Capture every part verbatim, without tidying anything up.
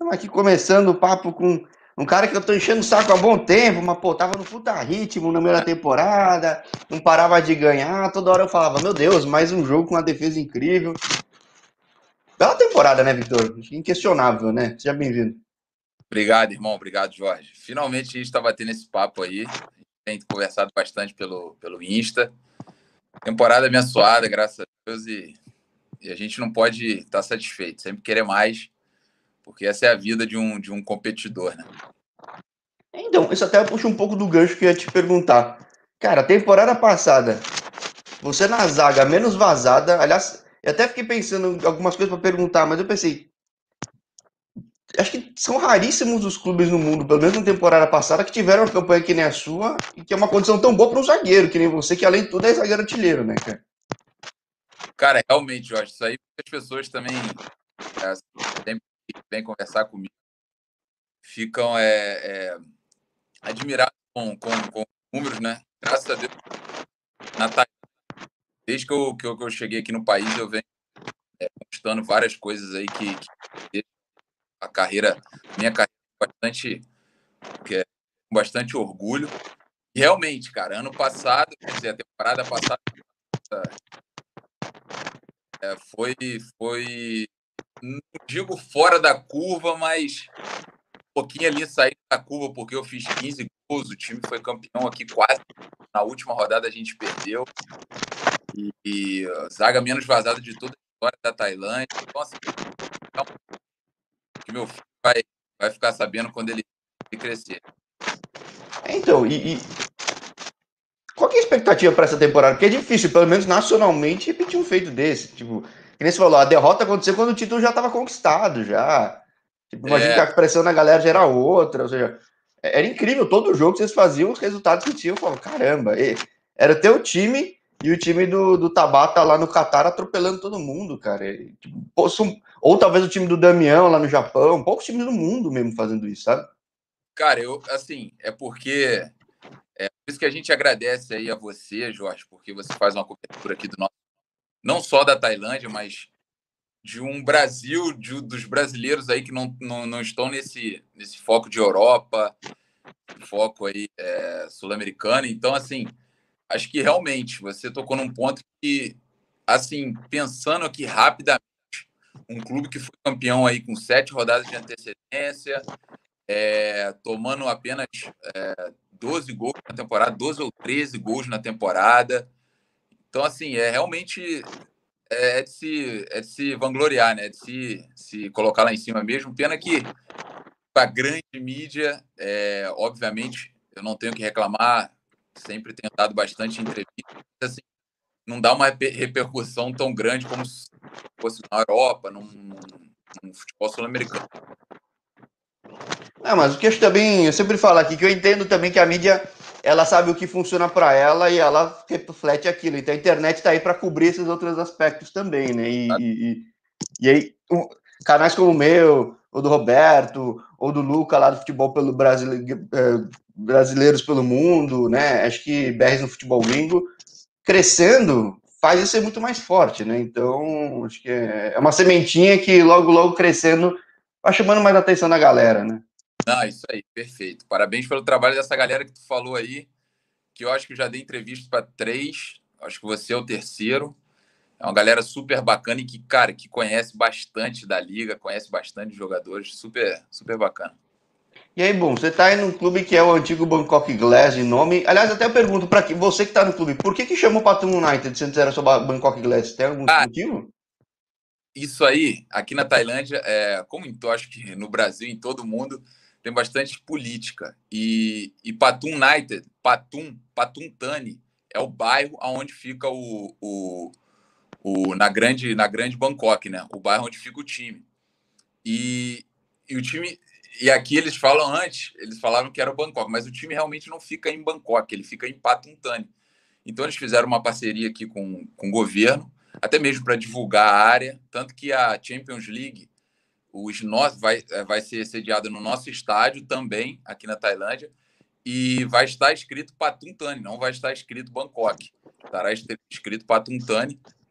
Estamos aqui começando o papo com um cara que eu tô enchendo o saco há bom tempo, mas pô, tava no puta ritmo na primeira temporada, não parava de ganhar, toda hora eu falava, meu Deus, mais um jogo com uma defesa incrível. Bela temporada, né, Vitor? Inquestionável, né? Seja bem-vindo. Obrigado, irmão. Obrigado, Jorge. Finalmente a gente está batendo esse papo aí. A gente tem conversado bastante pelo, pelo Insta. Temporada abençoada, graças a Deus, e, e a gente não pode estar satisfeito, sempre querer mais, porque essa é a vida de um, de um competidor, né? Então, isso até puxa um pouco do gancho que eu ia te perguntar. Cara, temporada passada, você na zaga menos vazada, aliás, eu até fiquei pensando em algumas coisas para perguntar, mas eu pensei, acho que são raríssimos os clubes no mundo, pelo menos na temporada passada, que tiveram uma campanha que nem a sua e que é uma condição tão boa para um zagueiro, que nem você, que além de tudo é zagueiro artilheiro, né, cara? Cara, realmente, Jorge, isso aí as pessoas também é, sempre vêm conversar comigo, ficam é, é, admirados com, com, com números, né? Graças a Deus, na, desde que eu, que eu, que eu cheguei aqui no país, eu venho é, conquistando várias coisas aí que, que a carreira, minha carreira bastante, que é, com bastante orgulho. E realmente, cara, ano passado, quer dizer, a temporada passada é, foi, foi, não digo fora da curva, mas um pouquinho ali sair da curva, porque eu fiz quinze gols, o time foi campeão aqui quase. Na última rodada a gente perdeu. E, e zaga menos vazada de toda a história da Tailândia. Então, assim, é um que meu filho vai, vai ficar sabendo quando ele crescer. Então, e, e qual que é a expectativa para essa temporada? Porque é difícil, pelo menos nacionalmente, repetir um feito desse. Tipo, que nem você falou, a derrota aconteceu quando o título já estava conquistado, já. Tipo, imagina que É, a pressão na galera já era outra, ou seja, era incrível, todo jogo que vocês faziam, os resultados que tinham, eu falava, caramba, era o teu time e o time do, do Tabata lá no Catar atropelando todo mundo, cara. E, tipo, ou talvez o time do Damião lá no Japão, poucos times do mundo mesmo fazendo isso, sabe? cara, eu, assim, é porque é por isso que a gente agradece aí a você, Jorge, porque você faz uma cobertura aqui do nosso, não só da Tailândia, mas de um Brasil, de, dos brasileiros aí que não, não, não estão nesse, nesse foco de Europa, foco aí é, sul-americano. Então, assim, acho que realmente você tocou num ponto que, assim, pensando aqui rapidamente, um clube que foi campeão aí com sete rodadas de antecedência, é, tomando apenas é, doze gols na temporada, doze ou treze gols na temporada. Então, assim, é realmente é de se, é de se vangloriar, né? É de se, se colocar lá em cima mesmo. Pena que a grande mídia, é, obviamente, eu não tenho que reclamar, sempre tenho dado bastante entrevista, assim, não dá uma repercussão tão grande como se fosse na Europa, num, num futebol sul-americano. Não, mas o que eu também, eu sempre falo aqui, que eu entendo também que a mídia, ela sabe o que funciona para ela e ela reflete aquilo. Então a internet está aí para cobrir esses outros aspectos também, né? E, e, e aí, um, canais como o meu, ou do Roberto, ou do Luca lá do futebol pelo Brasil, eh, brasileiros pelo mundo, né? Acho que B Rs no futebol gringo, crescendo, faz isso ser muito mais forte, né? Então, acho que é, é uma sementinha que logo, logo crescendo, vai chamando mais a atenção da galera, né? Não, isso aí, perfeito. Parabéns pelo trabalho dessa galera que tu falou aí, que eu acho que eu já dei entrevista para três, acho que você é o terceiro. É uma galera super bacana e que, cara, que conhece bastante da liga, conhece bastante de jogadores, super, super bacana. E aí, bom, você tá aí num clube que é o antigo Bangkok Glass de nome. Aliás, até eu pergunto para você que tá no clube, por que que chamou Patum United se antes era só Bangkok Glass? Tem algum Ah, motivo? isso aí, aqui na Tailândia, é, como em, eu acho que no Brasil, em todo mundo, tem bastante política. E, e Patum United, Patum, Patum Thani, é o bairro onde fica o, o, o na grande na grande Bangkok, né? O bairro onde fica o time. E, e o time e aqui eles falam antes, eles falaram que era o Bangkok, mas o time realmente não fica em Bangkok, ele fica em Patum Thani. Então eles fizeram uma parceria aqui com, com o governo, até mesmo para divulgar a área, tanto que a Champions League, os nossos, vai, vai ser sediada no nosso estádio também, aqui na Tailândia, e vai estar escrito Patum Thani, não vai estar escrito Bangkok. Estará escrito Patum Thani.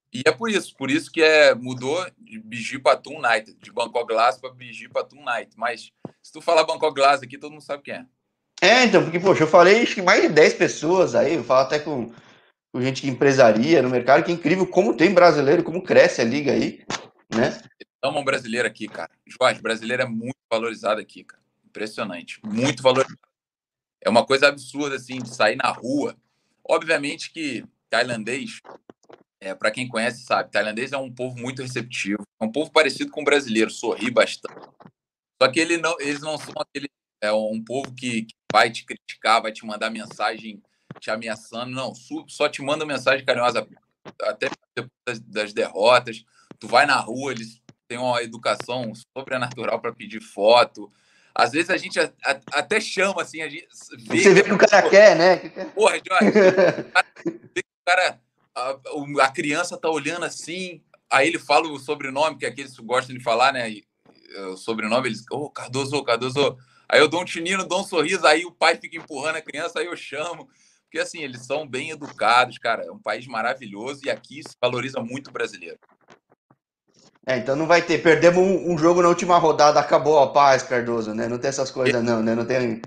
E é por isso, por isso que é, mudou de Bigi para Toon United, de Bangkok Glass para Bigi para Toon United. Mas se tu falar Bangkok Glass aqui, todo mundo sabe quem é. É, então, porque, poxa, eu falei acho que mais de dez pessoas aí, eu falo até com, com gente que empresaria no mercado, que é incrível como tem brasileiro, como cresce a liga aí, né? Amam brasileiro aqui, cara. Jorge, brasileiro é muito valorizado aqui, cara. Impressionante. Muito valorizado. É uma coisa absurda, assim, de sair na rua. Obviamente que tailandês, é, para quem conhece, sabe, tailandês é um povo muito receptivo. É um povo parecido com o brasileiro, sorri bastante. Só que ele não, eles não são aquele. É um povo que, que vai te criticar, vai te mandar mensagem te ameaçando. Não, só te manda mensagem carinhosa até depois das, das derrotas. Tu vai na rua, eles têm uma educação sobrenatural para pedir foto. Às vezes a gente a, a, até chama, assim, a gente vê Você vê que, que o cara pô, quer, né? Porra, Jorge, vê que o cara, a, a criança tá olhando assim, aí ele fala o sobrenome, que é aqueles que gostam de falar, né? E, o sobrenome, eles, ô, oh, Cardoso, Cardoso. Aí eu dou um tinino, dou um sorriso, aí o pai fica empurrando a criança, aí eu chamo. Porque, assim, eles são bem educados, cara. É um país maravilhoso e aqui se valoriza muito o brasileiro. É, então não vai ter. Perdemos um, um jogo na última rodada, acabou a paz, Cardoso, né? Não tem essas coisas, não, né? Não tem.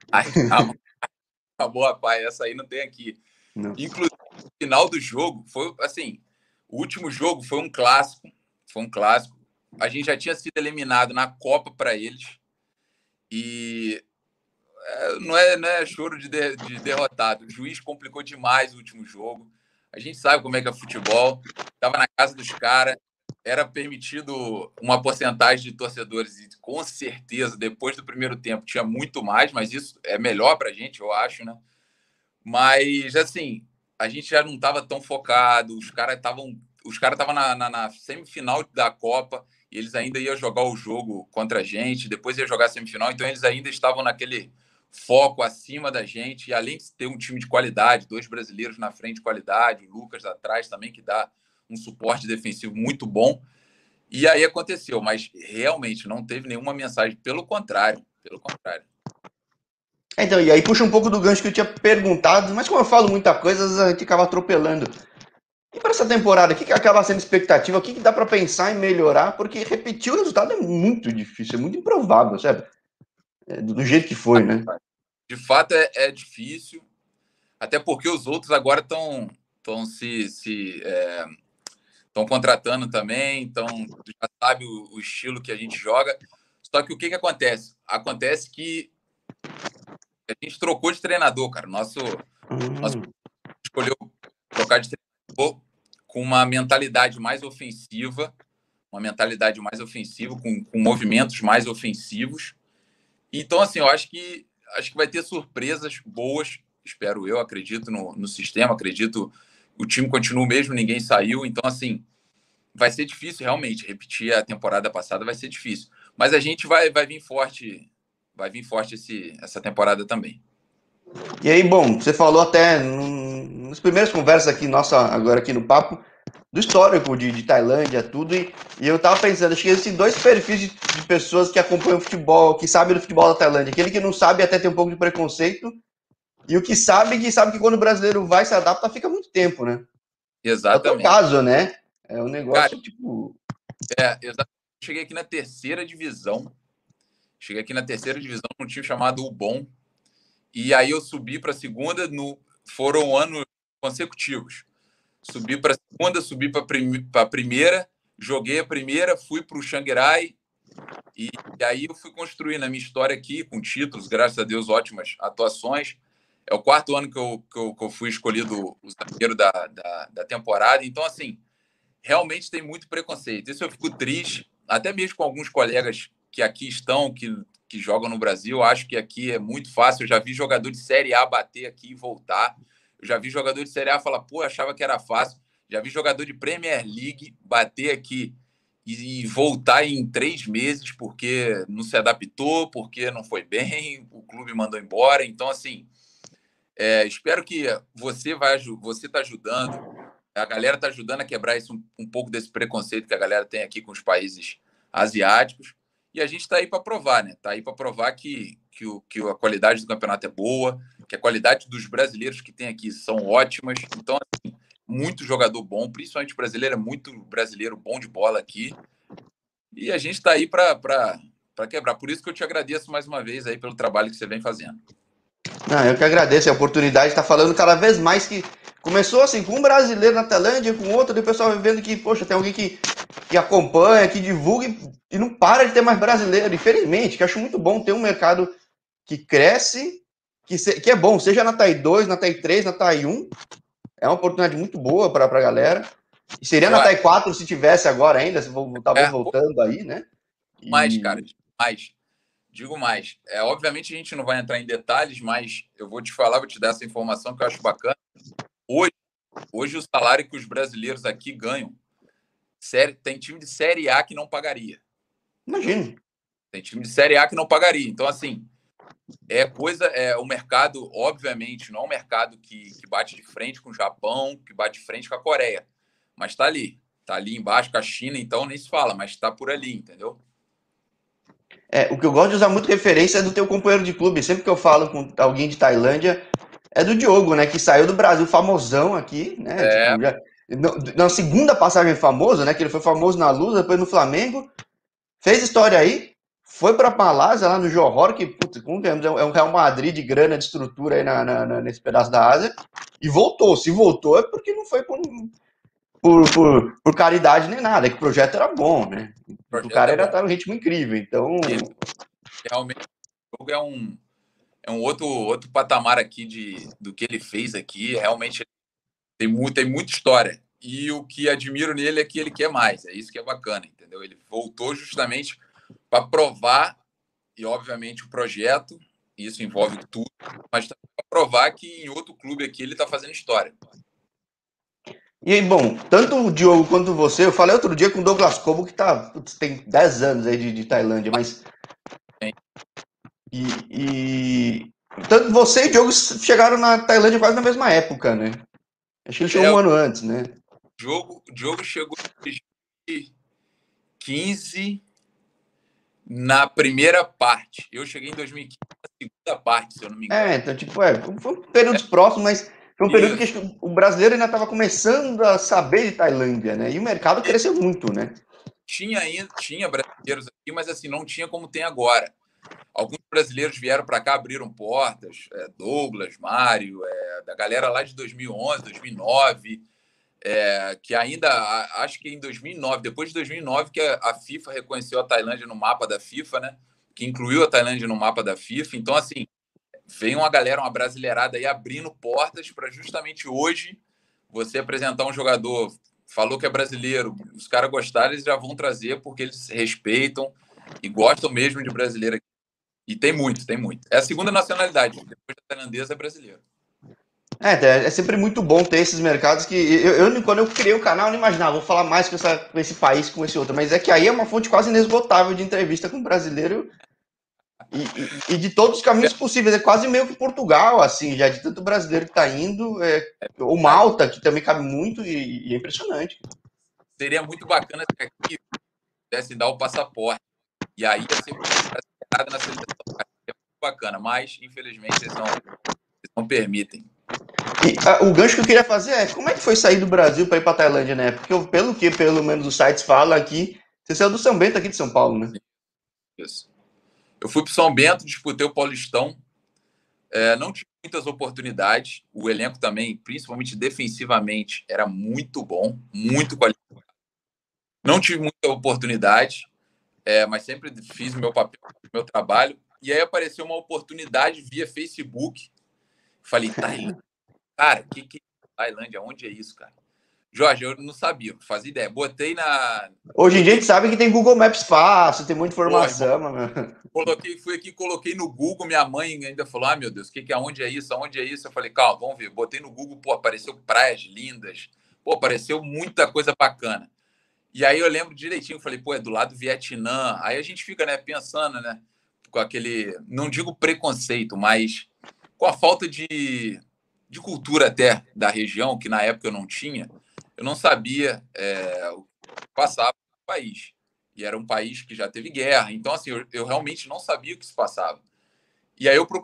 Acabou a paz, essa aí não tem aqui. Não. Inclusive, no final do jogo, foi assim: o último jogo foi um clássico. Foi um clássico. A gente já tinha sido eliminado na Copa para eles. E não é, não é choro de, de, de derrotado. O juiz complicou demais o último jogo. A gente sabe como é que é futebol. Estava na casa dos caras. Era permitido uma porcentagem de torcedores. E com certeza, depois do primeiro tempo, tinha muito mais. Mas isso é melhor para a gente, eu acho, né? Mas, assim, a gente já não estava tão focado. Os caras estavam os caras estavam na, na, na semifinal da Copa. E eles ainda iam jogar o jogo contra a gente. Depois ia jogar a semifinal. Então, eles ainda estavam naquele foco acima da gente, e além de ter um time de qualidade, dois brasileiros na frente de qualidade, o Lucas atrás também, que dá um suporte defensivo muito bom. E aí aconteceu, mas realmente não teve nenhuma mensagem, pelo contrário, pelo contrário. Então, e aí puxa um pouco do gancho que eu tinha perguntado, mas como eu falo muita coisa, a gente acaba atropelando. E para essa temporada, o que, que acaba sendo expectativa? O que, que dá para pensar em melhorar? Porque repetir o resultado é muito difícil, é muito improvável, sabe? É, do, do jeito que foi, né? De fato é, é difícil, até porque os outros agora estão estão se se estão é, contratando também, então já sabe o, o estilo que a gente joga. Só que o que que acontece? Acontece que a gente trocou de treinador, cara. Nosso, hum. nosso escolheu trocar de treinador com uma mentalidade mais ofensiva, uma mentalidade mais ofensiva, com, com movimentos mais ofensivos. Então, assim, eu acho que acho que vai ter surpresas boas, espero eu, acredito no, no sistema, acredito o time continua o mesmo, ninguém saiu, então, assim, vai ser difícil realmente, repetir a temporada passada vai ser difícil, mas a gente vai, vai vir forte, vai vir forte esse, essa temporada também. E aí, bom, você falou até num, nas primeiras conversas aqui, nossa, agora aqui no papo, do histórico de, de Tailândia, tudo, e, e eu tava pensando, acho que existem dois perfis de, de pessoas que acompanham o futebol, que sabem do futebol da Tailândia, aquele que não sabe até tem um pouco de preconceito, e o que sabe, que sabe que quando o brasileiro vai se adapta, fica muito tempo, né? Exatamente. É o teu caso, né? É um negócio, Cara, tipo... É, exatamente. Cheguei aqui na terceira divisão, cheguei aqui na terceira divisão num time chamado Ubon, e aí eu subi para a segunda, no, foram anos consecutivos. Subi para a segunda, subi para prim, a primeira, joguei a primeira, fui para o Xangrai, e, e aí eu fui construindo a minha história aqui, com títulos, graças a Deus, ótimas atuações. É o quarto ano que eu, que eu, que eu fui escolhido o zagueiro da, da, da temporada. Então, assim, realmente tem muito preconceito. Isso eu fico triste, até mesmo com alguns colegas que aqui estão, que, que jogam no Brasil. Eu acho que aqui é muito fácil. Eu já vi jogador de Série A bater aqui e voltar. Eu já vi jogador de Série A falar, pô, achava que era fácil. Já vi jogador de Premier League bater aqui e, e voltar em três meses porque não se adaptou, porque não foi bem, o clube mandou embora. Então, assim, é, espero que você vai, você está ajudando, a galera está ajudando a quebrar isso, um, um pouco desse preconceito que a galera tem aqui com os países asiáticos. E a gente está aí para provar, né? Está aí para provar que, que, o, que a qualidade do campeonato é boa, que a qualidade dos brasileiros que tem aqui são ótimas. Então, assim, muito jogador bom, principalmente brasileiro, é muito brasileiro bom de bola aqui. E a gente está aí para quebrar. Por isso que eu te agradeço mais uma vez aí pelo trabalho que você vem fazendo. Não, eu que agradeço a oportunidade de estar falando cada vez mais que começou assim com um brasileiro na Tailândia, com outro, e o pessoal vai vendo que, poxa, tem alguém que, que acompanha, que divulga e, e não para de ter mais brasileiro, infelizmente, que eu acho muito bom ter um mercado que cresce, que, se, que é bom, seja na Tai dois, na Tai três, na Tai um, é uma oportunidade muito boa para a galera. E seria na Tai quatro se tivesse agora ainda, se vou, talvez é, voltando aí, né? E... Mais, cara, mais. Digo mais. É, obviamente a gente não vai entrar em detalhes, mas eu vou te falar, vou te dar essa informação que eu acho bacana. Hoje, hoje o salário que os brasileiros aqui ganham, série, tem time de Série A que não pagaria. Imagina. Tem time de Série A que não pagaria. Então, assim, é coisa, é o mercado, obviamente, não é um mercado que, que bate de frente com o Japão, que bate de frente com a Coreia, mas está ali. Está ali embaixo com a China, então nem se fala, mas está por ali, entendeu? É, o que eu gosto de usar muito referência é do teu companheiro de clube. Sempre que eu falo com alguém de Tailândia, é do Diogo, né? Que saiu do Brasil famosão aqui, né? É. Tipo, já, na segunda passagem famosa, né? Que ele foi famoso na Luz, depois no Flamengo. Fez história aí, foi para Malásia, lá no Johor, que putz, é um Real Madrid de grana, de estrutura aí na, na, na, nesse pedaço da Ásia, e voltou. Se voltou é porque não foi por, por, por, por caridade nem nada, é que o projeto era bom, né? O, o cara é era tá num ritmo incrível, então... E, realmente, o jogo é um, é um outro, outro patamar aqui de, do que ele fez aqui. Realmente tem, muito, tem muita história. E o que admiro nele é que ele quer mais. É isso que é bacana, entendeu? Ele voltou justamente para provar, e obviamente o projeto, isso envolve tudo, mas para provar que em outro clube aqui ele está fazendo história. E aí, bom, tanto o Diogo quanto você, eu falei outro dia com o Douglas Cobo, que tá, putz, tem dez anos aí de, de Tailândia, mas... E, e... Tanto você e o Diogo chegaram na Tailândia quase na mesma época, né? Acho que ele chegou é, um ano antes, né? O Diogo, o Diogo chegou em dois mil e quinze na primeira parte. Eu cheguei em dois mil e quinze na segunda parte, se eu não me engano. É, então, tipo, é, foi períodos é. próximos, mas foi um período Isso. que o brasileiro ainda estava começando a saber de Tailândia, né? E o mercado cresceu muito, né? Tinha ainda, tinha brasileiros aqui, mas assim, não tinha como tem agora. Alguns brasileiros vieram para cá, abriram portas, é, Douglas, Mário, é, da galera lá de dois mil e onze, dois mil e nove, é, que ainda, acho que em dois mil e nove, depois de dois mil e nove, que a, a FIFA reconheceu a Tailândia no mapa da FIFA, né? Que incluiu a Tailândia no mapa da FIFA. Então, assim, veio uma galera, uma brasileirada aí abrindo portas para justamente hoje você apresentar um jogador, falou que é brasileiro, os caras gostaram, eles já vão trazer porque eles respeitam e gostam mesmo de brasileiro aqui. E tem muito, tem muito. É a segunda nacionalidade, depois da tailandesa é brasileiro. É, é sempre muito bom ter esses mercados que eu, eu quando eu criei o canal, eu não imaginava, vou falar mais com, essa, com esse país, com esse outro, mas é que aí é uma fonte quase inesgotável de entrevista com brasileiro e, e, e de todos os caminhos possíveis, é quase meio que Portugal, assim, já de tanto brasileiro que tá indo, é, ou Malta, que também cabe muito e, e é impressionante. Seria muito bacana se aqui pudesse dar o passaporte, e aí ia ser brasileirada na seleção, é muito bacana, mas infelizmente eles não, eles não permitem. E, a, o gancho que eu queria fazer é, como é que foi sair do Brasil para ir para Tailândia, né? Porque eu, pelo que pelo menos os sites falam aqui, você saiu do São Bento aqui de São Paulo, né? Isso. Eu fui para São Bento, disputei o Paulistão, é, não tive muitas oportunidades, o elenco também, principalmente defensivamente, era muito bom, muito qualificado. Não tive muita oportunidade, é, mas sempre fiz o meu papel, o meu trabalho, e aí apareceu uma oportunidade via Facebook. Falei, Tailândia, cara, que que Tailândia, onde é isso, cara? Jorge, eu não sabia, não fazia ideia. Botei na. Hoje em dia a gente sabe que tem Google Maps fácil, tem muita informação. Pô, irmão, coloquei, fui aqui, coloquei no Google, minha mãe ainda falou: ah, meu Deus, que que é, onde é isso? Onde é isso? Eu falei, calma, vamos ver. Botei no Google, pô, apareceu praias lindas, pô, apareceu muita coisa bacana. E aí eu lembro direitinho, falei, pô, é do lado do Vietnã. Aí a gente fica, né, pensando, né, com aquele, não digo preconceito, mas com a falta de, de cultura até da região, que na época eu não tinha, eu não sabia é, o que passava no país. E era um país que já teve guerra. Então, assim, eu, eu realmente não sabia o que se passava. E aí eu procurei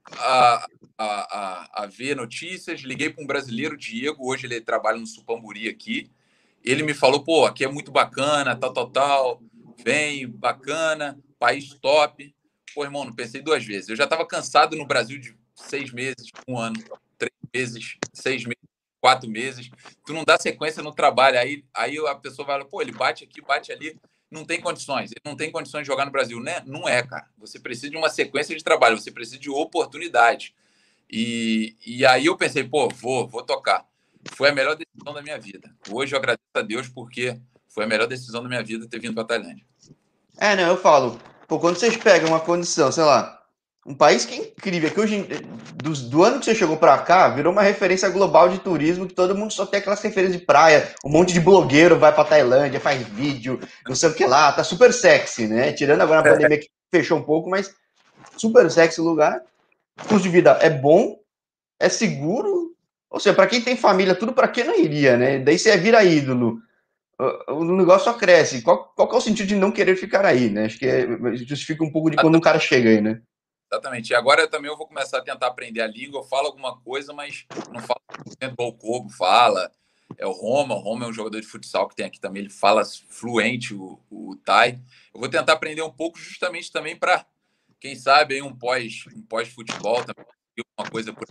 a, a, a, a ver notícias, liguei para um brasileiro, Diego, hoje ele trabalha no Supamburi aqui. Ele me falou, pô, aqui é muito bacana, tal, tal, tal, vem, bacana, país top. Pô, irmão, não pensei duas vezes. Eu já estava cansado no Brasil de seis meses, um ano, três meses, seis meses, quatro meses. Tu não dá sequência no trabalho. Aí, aí a pessoa vai falar, pô, ele bate aqui, bate ali. Não tem condições. Ele não tem condições de jogar no Brasil. Né? Não é, cara. Você precisa de uma sequência de trabalho. Você precisa de oportunidade. E, e aí eu pensei, pô, vou, vou tocar. Foi a melhor decisão da minha vida. Hoje eu agradeço a Deus porque foi a melhor decisão da minha vida ter vindo para a Tailândia. É, não, eu falo, pô, quando vocês pegam uma condição, sei lá, um país que é incrível, que hoje, do, do ano que você chegou pra cá, virou uma referência global de turismo, que todo mundo só tem aquelas referências de praia, um monte de blogueiro vai pra Tailândia, faz vídeo, não sei o que lá, tá super sexy, né? Tirando agora a pandemia que fechou um pouco, mas super sexy o lugar. O custo de vida é bom, é seguro, ou seja, pra quem tem família, tudo pra quem não iria, né? Daí você vira ídolo. O negócio só cresce. Qual, qual que é o sentido de não querer ficar aí, né? Acho que é, justifica um pouco de quando um cara chega aí, né? Exatamente. E agora também eu vou começar a tentar aprender a língua. Eu falo alguma coisa, mas não falo igual o Kobo fala. É o Roma. O Roma é um jogador de futsal que tem aqui também. Ele fala fluente o, o Thai. Eu vou tentar aprender um pouco justamente também para, quem sabe, aí um pós um pós-futebol também. Uma coisa por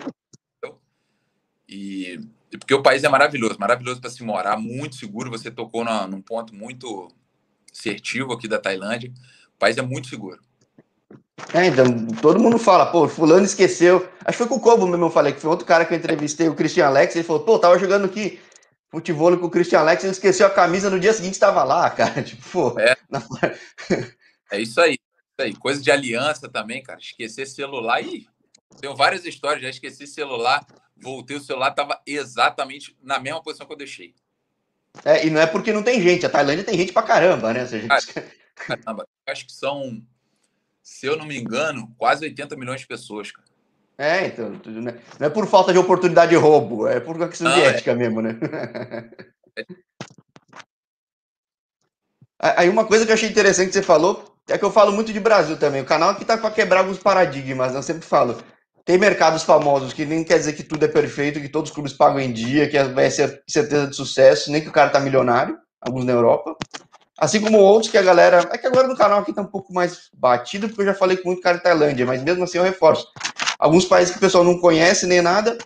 E, e porque o país é maravilhoso, maravilhoso para se morar, muito seguro. Você tocou na, num ponto muito assertivo aqui da Tailândia. O país é muito seguro. É, então, todo mundo fala, pô, fulano esqueceu. Acho que foi com o Kobo mesmo, eu falei, que foi outro cara que eu entrevistei, o Christian Alex, ele falou, pô, tava jogando aqui futebol com o Christian Alex, ele esqueceu a camisa, no dia seguinte estava lá, cara. Tipo, pô. É, na... é isso aí, isso aí. Coisa de aliança também, cara. Esquecer celular. Ih, tenho várias histórias, já esqueci celular, voltei, o celular estava exatamente na mesma posição que eu deixei. É, e não é porque não tem gente, a Tailândia tem gente pra caramba, né? Ou seja, Cara, caramba, acho que são, se eu não me engano, quase oitenta milhões de pessoas, cara. É, então, não é por falta de oportunidade de roubo, é por uma questão de Não, ética é... mesmo, né? Aí uma coisa que eu achei interessante que você falou, é que eu falo muito de Brasil também. O canal aqui tá para quebrar alguns paradigmas, né? Eu sempre falo. Tem mercados famosos que nem quer dizer que tudo é perfeito, que todos os clubes pagam em dia, que vai ser certeza de sucesso, nem que o cara tá milionário, alguns na Europa. Assim como outros que a galera. É que agora no canal aqui tá um pouco mais batido, porque eu já falei com muito cara de Tailândia, mas mesmo assim eu reforço. Alguns países que o pessoal não conhece nem nada,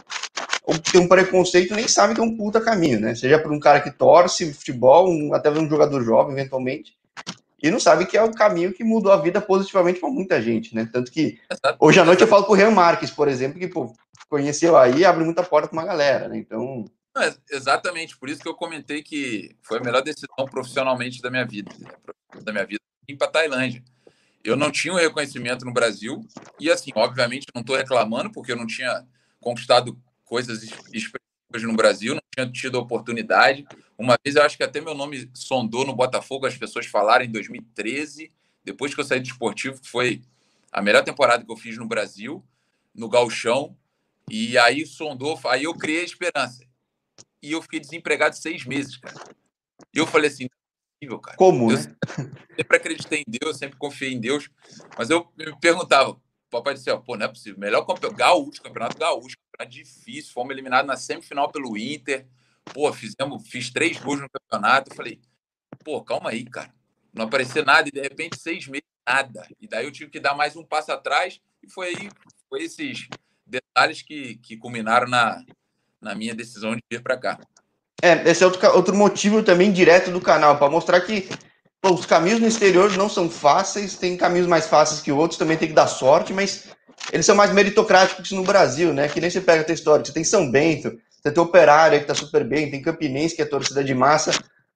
ou tem um preconceito, nem sabe que é um puta caminho, né? Seja por um cara que torce futebol, um, até um jogador jovem, eventualmente, e não sabe que é um caminho que mudou a vida positivamente para muita gente, né? Tanto que Exato, hoje à noite exato. eu falo com o Renan Marques, por exemplo, que pô, conheceu aí e abre muita porta para uma galera, né? Então. Não, é exatamente, por isso que eu comentei que foi a melhor decisão profissionalmente da minha vida, né? da minha vida, ir para Tailândia. Eu não tinha um reconhecimento no Brasil, e assim, obviamente, não estou reclamando, porque eu não tinha conquistado coisas expressivas no Brasil, não tinha tido oportunidade. Uma vez eu acho que até meu nome sondou no Botafogo, as pessoas falaram em dois mil e treze, depois que eu saí do esportivo, que foi a melhor temporada que eu fiz no Brasil, no Gauchão, e aí sondou, aí eu criei a esperança. E eu fiquei desempregado seis meses, cara. E eu falei assim, não, cara. Como, Eu né? sempre acreditei em Deus, sempre confiei em Deus, mas eu me perguntava, papai do céu, pô, não é possível. Melhor campeonato gaúcho, campeonato gaúcho, campeonato difícil, fomos eliminados na semifinal pelo Inter, pô, fizemos, fiz três gols no campeonato. Eu falei, pô, calma aí, cara. Não apareceu nada, e de repente, seis meses, nada. E daí eu tive que dar mais um passo atrás, e foi aí, foi esses detalhes que, que culminaram na, na minha decisão de vir para cá. É, esse é outro, outro motivo também direto do canal, para mostrar que pô, os caminhos no exterior não são fáceis, tem caminhos mais fáceis que outros, também tem que dar sorte, mas eles são mais meritocráticos que no Brasil, né? Que nem você pega a tua história, você tem São Bento, você tem Operário que tá super bem, tem Campinense, que é torcida de massa.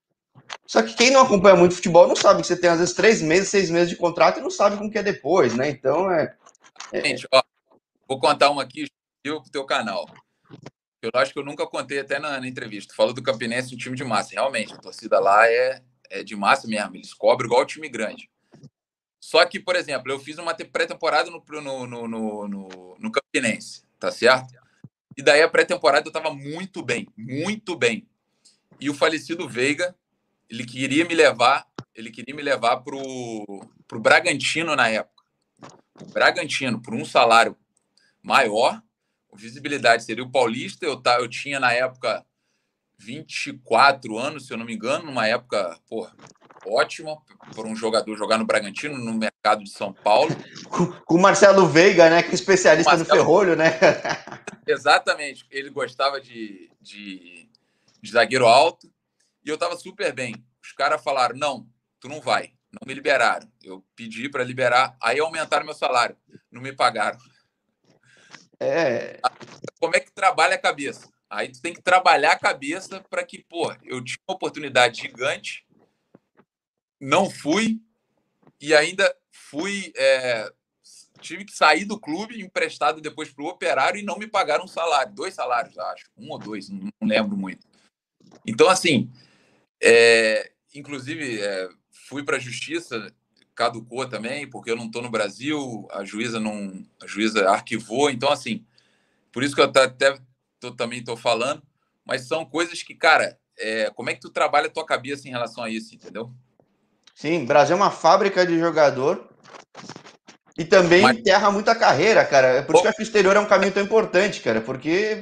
Só que quem não acompanha muito futebol não sabe que você tem às vezes três meses, seis meses de contrato e não sabe como que é depois, né? Então é. é... Gente, ó, vou contar uma aqui pro teu canal. Eu acho que eu nunca contei até na, na entrevista. Falou do Campinense, um time de massa. Realmente, a torcida lá é, é de massa mesmo. Eles cobram igual o time grande. Só que, por exemplo, eu fiz uma pré-temporada no, no, no, no, no Campinense, tá certo? E daí a pré-temporada eu estava muito bem, muito bem. E o falecido Veiga, ele queria me levar, ele queria me levar pro, pro Bragantino na época. Bragantino, por um salário maior, visibilidade seria o Paulista. Eu, tá, eu tinha, na época, vinte e quatro anos, se eu não me engano, numa época, pô, ótima para um jogador jogar no Bragantino, no mercado de São Paulo. Com, com o Marcelo Veiga, né, que é especialista Marcelo... no ferrolho, né? Exatamente. Ele gostava de, de, de zagueiro alto e eu estava super bem. Os caras falaram, não, tu não vai. Não me liberaram. Eu pedi para liberar, aí aumentaram meu salário. Não me pagaram. É... Como é que trabalha a cabeça? Aí tu tem que trabalhar a cabeça para que, pô, eu tinha uma oportunidade gigante, não fui e ainda fui... É, tive que sair do clube, emprestado depois para o Operário e não me pagaram um salário. Dois salários, acho. Um ou dois, não, não lembro muito. Então, assim, é, inclusive, é, fui para a Justiça, caducou também, porque eu não estou no Brasil, a juíza, não, a juíza arquivou. Então, assim, por isso que eu até tô, também estou falando, mas são coisas que, cara, é, como é que tu trabalha a tua cabeça em relação a isso, entendeu? Sim, o Brasil é uma fábrica de jogador e também Mas... enterra muita carreira, cara. É por isso que eu acho que o exterior é um caminho tão importante, cara, porque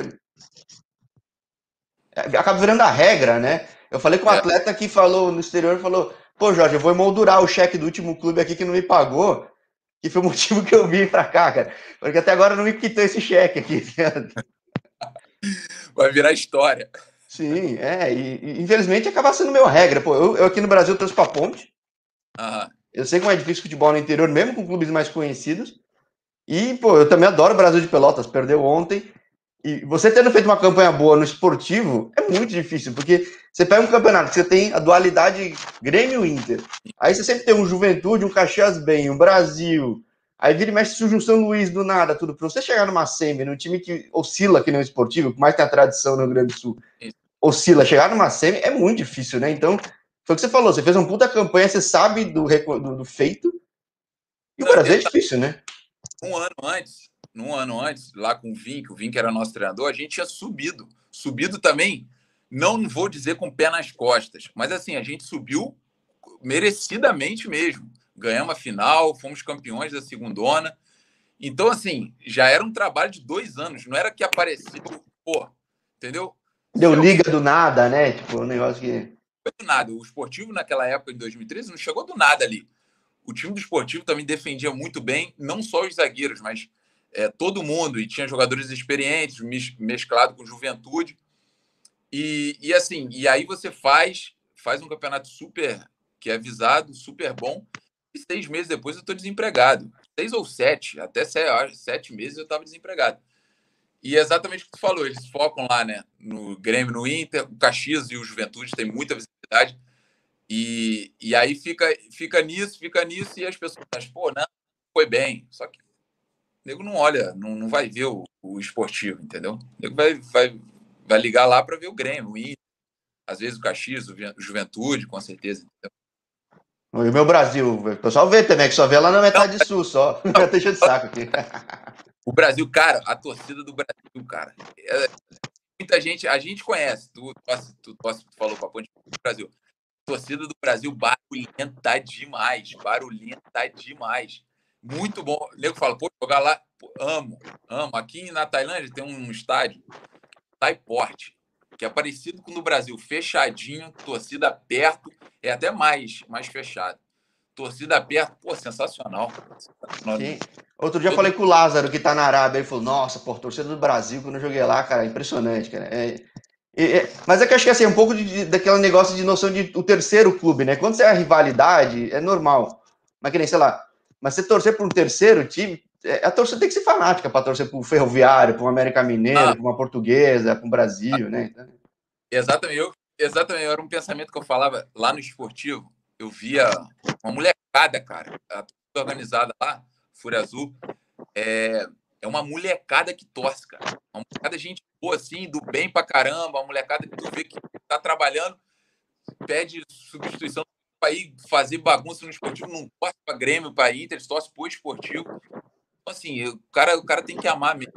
é, acaba virando a regra, né? Eu falei com um é. atleta que falou no exterior, falou, pô, Jorge, eu vou emoldurar o cheque do último clube aqui que não me pagou, que foi o motivo que eu vim pra cá, cara. Porque até agora não me quitou esse cheque aqui. Vai virar história. Sim, é, e, e infelizmente acaba sendo meu regra. Pô, eu, eu aqui no Brasil trouxe pra Ponte. Aham. Eu sei como é difícil futebol no interior, mesmo com clubes mais conhecidos. E, pô, eu também adoro o Brasil de Pelotas, perdeu ontem. E você tendo feito uma campanha boa no esportivo, é muito difícil, porque você pega um campeonato que você tem a dualidade Grêmio-Inter. Aí você sempre tem um Juventude, um Caxias Bem, um Brasil. Aí vira e mexe surge um São Luís do nada, tudo. Pra você chegar numa semi, num time que oscila que nem o esportivo, que mais tem a tradição no Rio Grande do Sul, oscila, chegar numa semi é muito difícil, né? Então, foi o que você falou, você fez uma puta campanha, você sabe do, do, do feito, e o Não, Brasil é difícil, né? Um ano antes, num ano antes, lá com o Vink, o Vink era nosso treinador, a gente tinha subido. Subido também, não vou dizer com o pé nas costas, mas assim, a gente subiu merecidamente mesmo. Ganhamos a final, fomos campeões da segundona. Então, assim, já era um trabalho de dois anos, não era que apareceu, pô, entendeu? Deu liga do nada, né? Tipo, um negócio que... Foi do nada. O esportivo, naquela época, em dois mil e treze, não chegou do nada ali. O time do esportivo também defendia muito bem, não só os zagueiros, mas é, todo mundo. E tinha jogadores experientes, mesclado com juventude. E, e assim, e aí você faz, faz um campeonato super, que é visado, super bom. E seis meses depois eu estou desempregado. Seis ou sete, até sete, sete meses eu estava desempregado. E é exatamente o que tu falou, eles focam lá, né, no Grêmio, no Inter, o Caxias e o Juventude têm muita visibilidade. E, e aí fica, fica nisso, fica nisso, e as pessoas acham, pô, não, foi bem. Só que o nego não olha, não, não vai ver o, o esportivo, entendeu? O nego vai, vai, vai ligar lá para ver o Grêmio, o Inter, às vezes o Caxias, o Juventude, com certeza. Entendeu? E o meu Brasil, o pessoal vê também, que só vê lá na metade não, sul, só. Não, deixa de saco aqui. O Brasil, cara, a torcida do Brasil, cara, é, muita gente, a gente conhece, tu, tu, tu, tu falou com a Ponte do Brasil. A torcida do Brasil barulhenta demais, barulhenta demais. Muito bom. O nego fala, pô, jogar lá, pô, amo, amo. Aqui na Tailândia tem um estádio, Taiport, que é parecido com o do Brasil, fechadinho, torcida perto, é até mais, mais fechado. Torcida perto, pô, sensacional. Sim. Outro dia eu falei com o Lázaro, que tá na Arábia, ele falou, nossa, pô, torcida do Brasil, quando eu joguei lá, cara, impressionante, cara. É... É, mas é que eu acho que assim, um pouco de, de, daquele negócio de noção de o terceiro clube, né? Quando você é a rivalidade, é normal. Mas que nem, sei lá, mas você torcer para um terceiro time, é, a torcida tem que ser fanática para torcer para o Ferroviário, para o América Mineiro, ah. para uma Portuguesa, para o Brasil, ah. né? Então... Exatamente, eu, exatamente, era um pensamento que eu falava lá no esportivo. Eu via uma molecada, cara, a torcida organizada lá, Fúria Azul, é, é uma molecada que torce, cara. Uma molecada gente boa, assim, do bem pra caramba, uma molecada que tu vê que tá trabalhando, pede substituição pra ir fazer bagunça no esportivo, não torce pra Grêmio, pra Inter, torce pro esportivo. Então, assim, o cara, o cara tem que amar mesmo.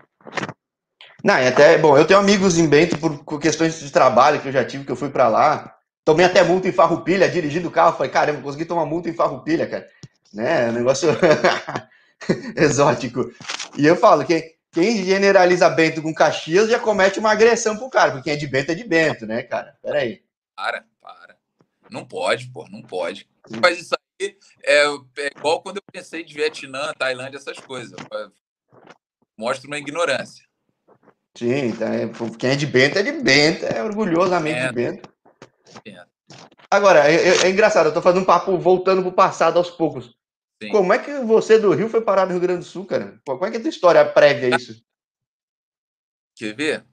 Não, e até, bom, eu tenho amigos em Bento por, por questões de trabalho que eu já tive, que eu fui pra lá. Tomei até multa em Farroupilha, dirigindo o carro, falei, caramba, consegui tomar multa em Farroupilha, cara. Né, o negócio... exótico. E eu falo, quem, quem generaliza Bento com Caxias já comete uma agressão pro cara, porque quem é de Bento é de Bento, né, cara? Peraí. Para, para. Não pode, pô, não pode. Mas isso aí é, é igual quando eu pensei de Vietnã, Tailândia, essas coisas. Mostra uma ignorância. Sim, tá, é, quem é de Bento é de Bento, é orgulhosamente é, de Bento. É. Agora, é, é, é engraçado, eu tô fazendo um papo voltando pro passado aos poucos. Sim. Como é que você do Rio foi parar no Rio Grande do Sul, cara? Qual é que é a tua história prévia a isso? Quer ver?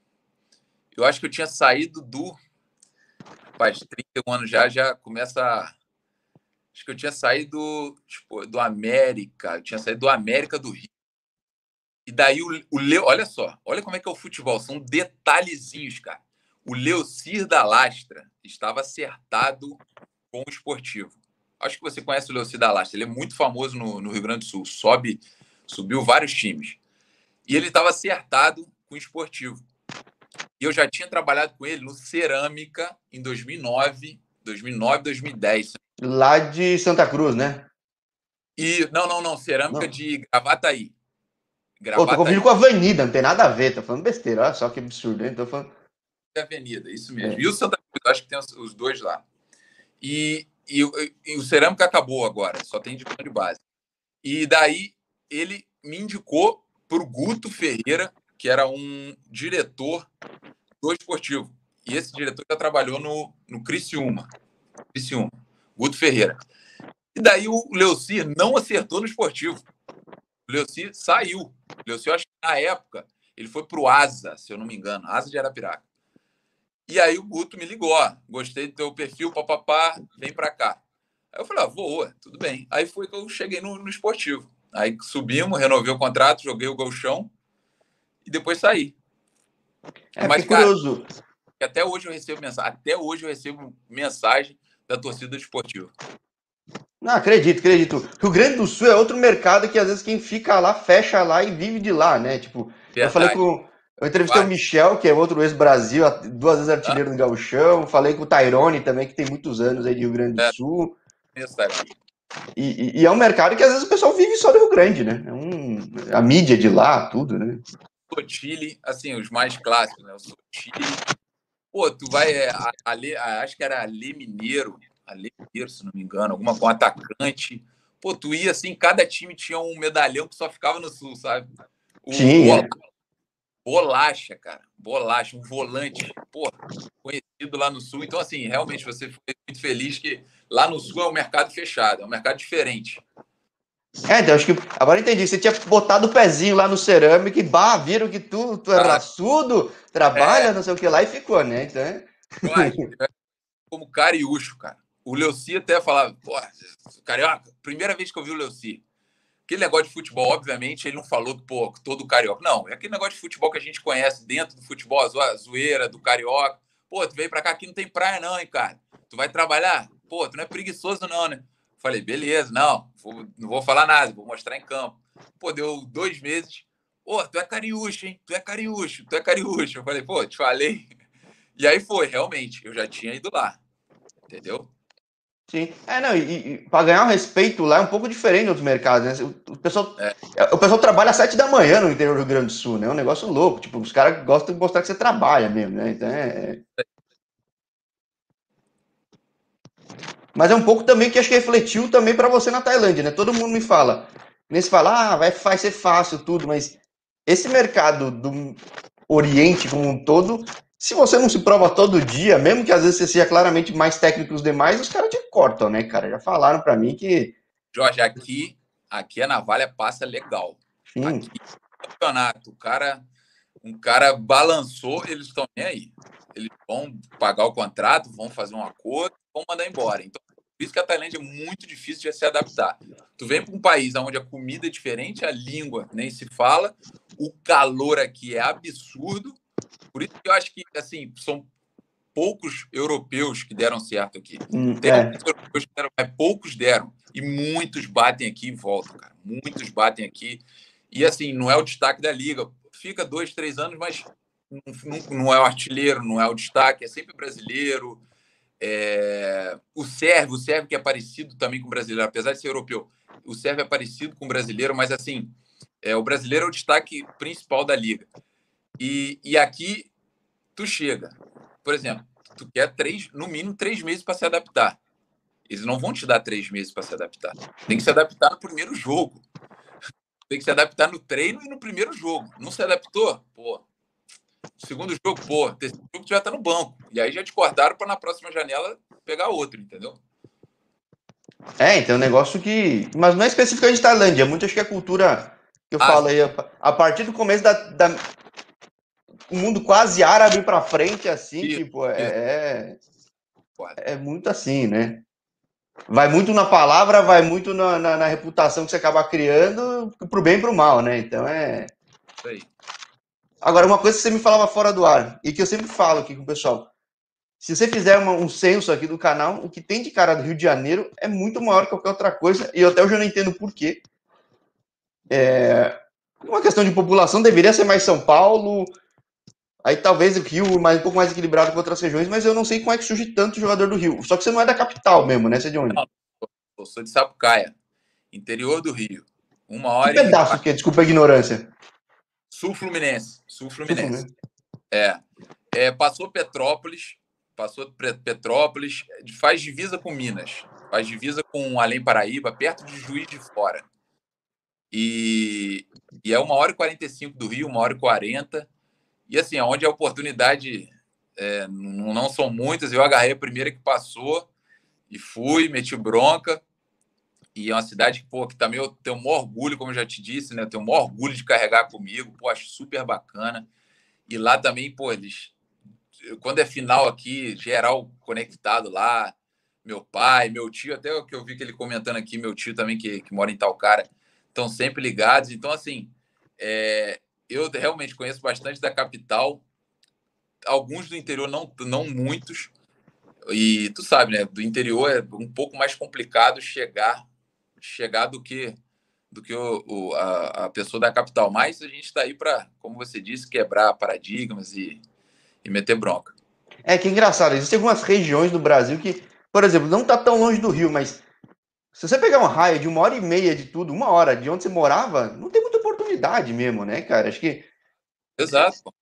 Eu acho que eu tinha saído do... Faz trinta e um anos já, já começa... Acho que eu tinha saído tipo, do América, eu tinha saído do América do Rio. E daí o, o Leo... Olha só, olha como é que é o futebol, são detalhezinhos, cara. O Leocir da Lastra estava acertado com o Esportivo. Acho que você conhece o Leocir da Lastra, ele é muito famoso no, no Rio Grande do Sul, sobe, subiu vários times. E ele estava acertado com o Esportivo. E eu já tinha trabalhado com ele no Cerâmica em dois mil e nove, dois mil e nove, dois mil e dez. Lá de Santa Cruz, né? E, não, não, não, Cerâmica não. de Gravataí. Gravataí. Pô, tô confundindo com a Avenida, não tem nada a ver, tô falando besteira, olha só que absurdo, hein? Tô falando... Avenida, isso mesmo. É. E o Santa Cruz, acho que tem os, os dois lá. E, e, e o Cerâmica acabou agora, só tem divisão de base. E daí ele me indicou para o Guto Ferreira, que era um diretor do Esportivo. E esse diretor já trabalhou no, no Criciúma. Criciúma. Guto Ferreira. E daí o Leocir não acertou no Esportivo. O Leocir saiu. O Leocir, acho que na época, ele foi para o Asa, se eu não me engano, Asa de Arapiraca. E aí o Guto me ligou, ó, gostei do teu perfil, papapá, vem para cá. Aí eu falei, ah, voa, tudo bem. Aí foi que eu cheguei no, no Esportivo. Aí subimos, renovei o contrato, joguei o golchão e depois saí. É, mas, cara, curioso. Até hoje eu recebo mensagem, até hoje eu recebo mensagem da torcida do Esportivo. Não, acredito, acredito. Rio Grande do Sul é outro mercado que às vezes quem fica lá, fecha lá e vive de lá, né? Tipo, verdade. Eu falei com... Eu entrevistei Vai. o Michel, que é outro ex-Brasil, duas vezes artilheiro ah. do Gauchão. Falei com o Tairone também, que tem muitos anos aí de Rio Grande do é. Sul. E, e, e é um mercado que às vezes o pessoal vive só do Rio Grande, né? É um, a mídia de lá, tudo, né? O Chile, assim, os mais clássicos, né? O Chile. Pô, tu vai... A, a, a, acho que era Alê Mineiro, Alê Mineiro, se não me engano, alguma com um atacante. Pô, tu ia assim, cada time tinha um medalhão que só ficava no Sul, sabe? O, Sim, o, é. Bolacha, cara. Bolacha, um volante, pô, conhecido lá no Sul. Então, assim, realmente você foi muito feliz que lá no Sul é um mercado fechado, é um mercado diferente. É, então, acho que agora entendi. Você tinha botado o pezinho lá no Cerâmica e bah, viram que tu, tu é ah, raçudo, trabalha, é... não sei o que lá, e ficou, né? Então, é... Como Cariúcho, cara. O Leocir até falava, pô, carioca, primeira vez que eu vi o Leocir. Aquele negócio de futebol, obviamente, ele não falou que, pô, todo carioca. Não, é aquele negócio de futebol que a gente conhece dentro do futebol, a zoeira do carioca. Pô, tu veio pra cá, aqui não tem praia não, hein, cara? Tu vai trabalhar? Pô, tu não é preguiçoso não, né? Falei, beleza, não, vou, não vou falar nada, vou mostrar em campo. Pô, deu dois meses. Pô, tu é cariúcho, hein? Tu é cariúcho, tu é cariúcho. Eu falei, pô, te falei. E aí foi, realmente, eu já tinha ido lá, entendeu? Sim. É, não, e, e para ganhar um respeito lá é um pouco diferente de outros mercados, né? O, o, pessoal, é. o pessoal trabalha às sete da manhã no interior do Rio Grande do Sul, né? É um negócio louco. Tipo, os caras gostam de mostrar que você trabalha mesmo, né? Então é... Mas é um pouco também que acho que refletiu também para você na Tailândia, né? Todo mundo me fala. Nem se fala, ah, vai, vai ser fácil tudo, mas esse mercado do Oriente como um todo, se você não se prova todo dia, mesmo que às vezes você seja claramente mais técnico que os demais, os caras te cortam, né, cara? Já falaram para mim que... Jorge, aqui, aqui a navalha passa legal. Sim. Aqui, campeonato, o cara, um cara balançou, eles estão nem aí. Eles vão pagar o contrato, vão fazer um acordo, vão mandar embora. Então, por isso que a Tailândia é muito difícil de se adaptar. Tu vem para um país onde a comida é diferente, a língua nem se fala, o calor aqui é absurdo. Por isso que eu acho que, assim, são poucos europeus que deram certo aqui. Hum, Tem é. alguns europeus que deram, mas poucos deram. E muitos batem aqui e voltam, cara. Muitos batem aqui. E, assim, não é o destaque da liga. Fica dois, três anos, mas não, não é o artilheiro, não é o destaque. É sempre brasileiro. É... O sérvio, o sérvio que é parecido também com o brasileiro, apesar de ser europeu, o sérvio é parecido com o brasileiro, mas assim, é, o brasileiro é o destaque principal da liga. E, e aqui tu chega, por exemplo, tu quer três, no mínimo três meses para se adaptar. Eles não vão te dar três meses para se adaptar. Tem que se adaptar no primeiro jogo. Tem que se adaptar no treino e no primeiro jogo. Não se adaptou? Pô. Segundo jogo, pô. Terceiro jogo tu já tá no banco. E aí já te cortaram para na próxima janela pegar outro, entendeu? É, então é um negócio que. Mas não é especificamente de Tailândia, é muito acho que a cultura que eu ah, falo aí, a partir do começo da. da... o mundo quase árabe para frente, assim, isso, tipo, é, é. É muito assim, né? Vai muito na palavra, vai muito na, na, na reputação que você acaba criando, pro bem e pro mal, né? Então é. Isso aí. Agora, uma coisa que você me falava fora do ar, e que eu sempre falo aqui com o pessoal. Se você fizer uma, um censo aqui do canal, o que tem de cara do Rio de Janeiro é muito maior que qualquer outra coisa, e até hoje eu não entendo por quê. É uma questão de população, deveria ser mais São Paulo, aí talvez o Rio mais, um pouco mais equilibrado com outras regiões, mas eu não sei como é que surge tanto jogador do Rio. Só que você não é da capital mesmo, né? Você é de onde? Não, eu sou de Sapucaia, interior do Rio. Uma hora que pedaço e... que é? Desculpa a ignorância. Sul Fluminense. Sul Fluminense. Sul Fluminense. É. é. Passou Petrópolis, passou Petrópolis, faz divisa com Minas, faz divisa com Além Paraíba, perto de Juiz de Fora. E, e é uma hora e quarenta e cinco do Rio, uma hora e quarenta. E assim, onde a oportunidade é, não, não são muitas, eu agarrei a primeira que passou e fui, meti bronca. E é uma cidade pô, que também eu tenho um orgulho, como eu já te disse, né? Eu tenho um orgulho de carregar comigo, pô, acho super bacana. E lá também, pô, eles... Quando é final aqui, geral conectado lá, meu pai, meu tio, até o que eu vi que ele comentando aqui, meu tio também, que, que mora em Talcara, estão sempre ligados. Então, assim, é, eu realmente conheço bastante da capital, alguns do interior, não, não muitos. E tu sabe, né? Do interior é um pouco mais complicado chegar chegar do que do que o, o, a, a pessoa da capital. Mas a gente está aí para, como você disse, quebrar paradigmas e, e meter bronca. É que é engraçado, existem algumas regiões do Brasil que, por exemplo, não está tão longe do Rio, mas se você pegar um raio de uma hora e meia de tudo, uma hora de onde você morava, não tem muita oportunidade mesmo, né, cara? Acho que... Exato.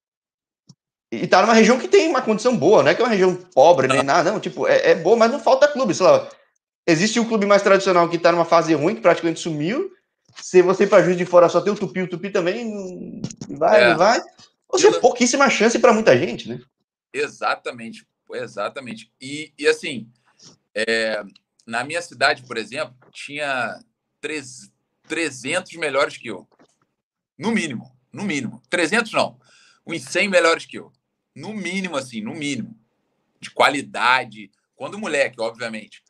E tá numa região que tem uma condição boa, não é que é uma região pobre nem nada, não, tipo, é, é boa, mas não falta clube, sei lá. Existe o um clube mais tradicional que tá numa fase ruim, que praticamente sumiu. Se você ir pra Juiz de Fora só tem o Tupi, o Tupi também vai, é. não vai. Ou seja, Eu... pouquíssima chance para muita gente, né? Exatamente, exatamente. E, e assim, é, na minha cidade, por exemplo, tinha trezentos melhores que eu. No mínimo, no mínimo. trezentos não, uns cem melhores que eu. No mínimo, assim, no mínimo. De qualidade. Quando moleque, obviamente.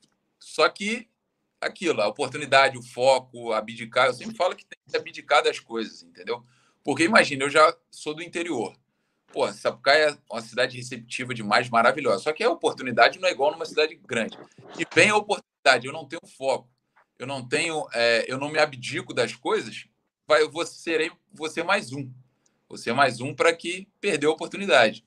Só que aquilo, a oportunidade, o foco, abdicar. Eu sempre falo que tem que abdicar das coisas, entendeu? Porque imagina, eu já sou do interior. Pô, Sapucaia é uma cidade receptiva demais, maravilhosa. Só que a oportunidade não é igual numa cidade grande. E vem a oportunidade, eu não tenho foco, eu não tenho, é, eu não me abdico das coisas, vai, eu vou ser, vou ser mais um. Vou ser mais um para que perdeu a oportunidade.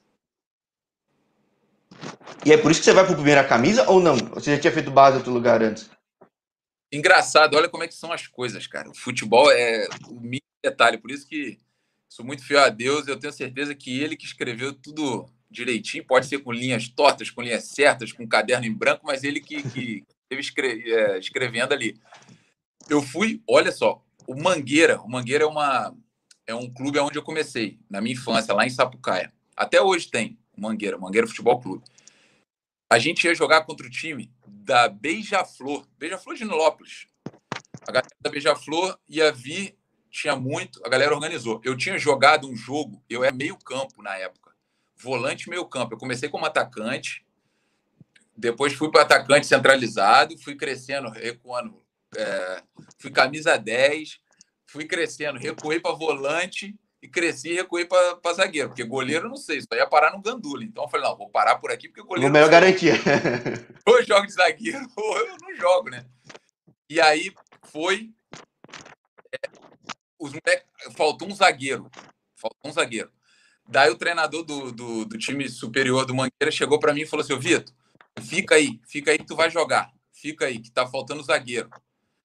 E é por isso que você vai para a primeira camisa ou não? Você já tinha feito base em outro lugar antes? Engraçado, olha como é que são as coisas, cara. O futebol é o mínimo detalhe, por isso que sou muito fiel a Deus. Eu tenho certeza que ele que escreveu tudo direitinho, pode ser com linhas tortas, com linhas certas, com caderno em branco, mas ele que, que esteve escre é, escrevendo ali. Eu fui, olha só, o Mangueira. O Mangueira é, uma, é um clube onde eu comecei, na minha infância, lá em Sapucaia. Até hoje tem o Mangueira, o Mangueira Futebol Clube. A gente ia jogar contra o time da Beija-Flor, Beija-Flor de Nilópolis. A galera da Beija-Flor ia vir, tinha muito, a galera organizou. Eu tinha jogado um jogo, eu era meio campo na época, volante meio campo. Eu comecei como atacante, depois fui para atacante centralizado, fui crescendo, recuando, é, fui camisa dez, fui crescendo, recuei para volante e cresci e recuei para zagueiro, porque goleiro não sei, só ia parar no gandula. Então eu falei, não, vou parar por aqui, porque goleiro... Vou melhor garantia. Ou eu jogo de zagueiro, ou eu não jogo, né? E aí foi... É, os moleques, faltou um zagueiro. Faltou um zagueiro. Daí o treinador do, do, do time superior do Mangueira chegou para mim e falou assim, ô Vitor, fica aí, fica aí que tu vai jogar. Fica aí, que tá faltando zagueiro.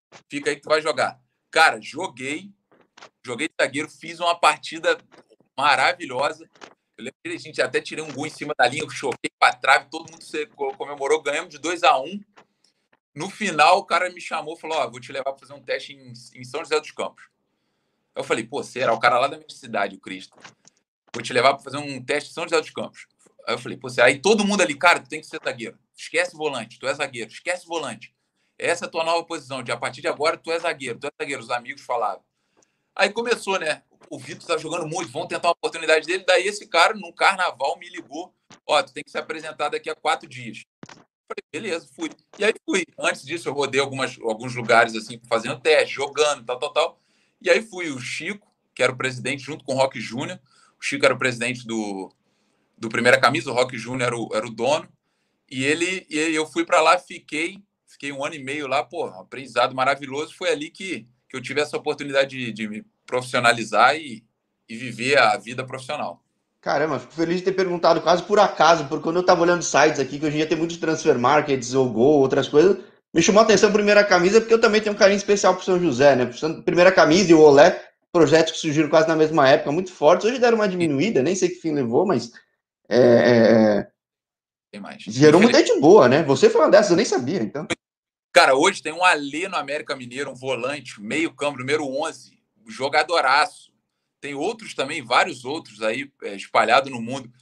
fica aí que tu vai jogar. Cara, joguei, joguei de zagueiro, fiz uma partida maravilhosa. Eu lembro que a gente até tirei um gol em cima da linha, eu choquei pra trave, todo mundo comemorou, ganhamos de dois a um. No final, o cara me chamou e falou: Ó, vou te levar para fazer um teste em, em São José dos Campos. Eu falei: pô, será? O cara lá da minha cidade, o Cristo. Vou te levar para fazer um teste em São José dos Campos. Aí eu falei: pô, será? Aí todo mundo ali, cara, tu tem que ser zagueiro. Esquece volante, tu é zagueiro. Esquece volante. Essa é a tua nova posição. De a partir de agora, tu é zagueiro. Tu é zagueiro. Os amigos falavam. Aí começou, né? O Vitor tá jogando muito, vamos tentar uma oportunidade dele. Daí esse cara, num carnaval, me ligou: ó, tu tem que se apresentar daqui a quatro dias. Falei, beleza, fui. E aí fui. Antes disso, eu rodei algumas, alguns lugares, assim, fazendo teste, jogando, tal, tal, tal. E aí fui o Chico, que era o presidente, junto com o Roque Júnior. O Chico era o presidente do, do Primeira Camisa, o Roque Júnior era o, era o dono. E ele e eu fui para lá, fiquei, fiquei um ano e meio lá, pô, um aprendizado maravilhoso. Foi ali que, que eu tive essa oportunidade de, de me profissionalizar e, e viver a vida profissional. Caramba, fico feliz de ter perguntado quase por acaso, porque quando eu tava olhando sites aqui, que hoje em dia tem muitos transfer markets ou gol, outras coisas, me chamou a atenção a primeira camisa, porque eu também tenho um carinho especial pro São José, né? Primeira camisa e o Olé, projetos que surgiram quase na mesma época, muito fortes. Hoje deram uma diminuída, nem sei que fim levou, mas é, é, Tem mais. gerou muita gente boa, né? Você foi uma dessas, eu nem sabia, então. Cara, hoje tem um Alê no América Mineiro, um volante, meio campo, número onze, um jogadoraço. Tem outros também, vários outros aí é, espalhados no mundo.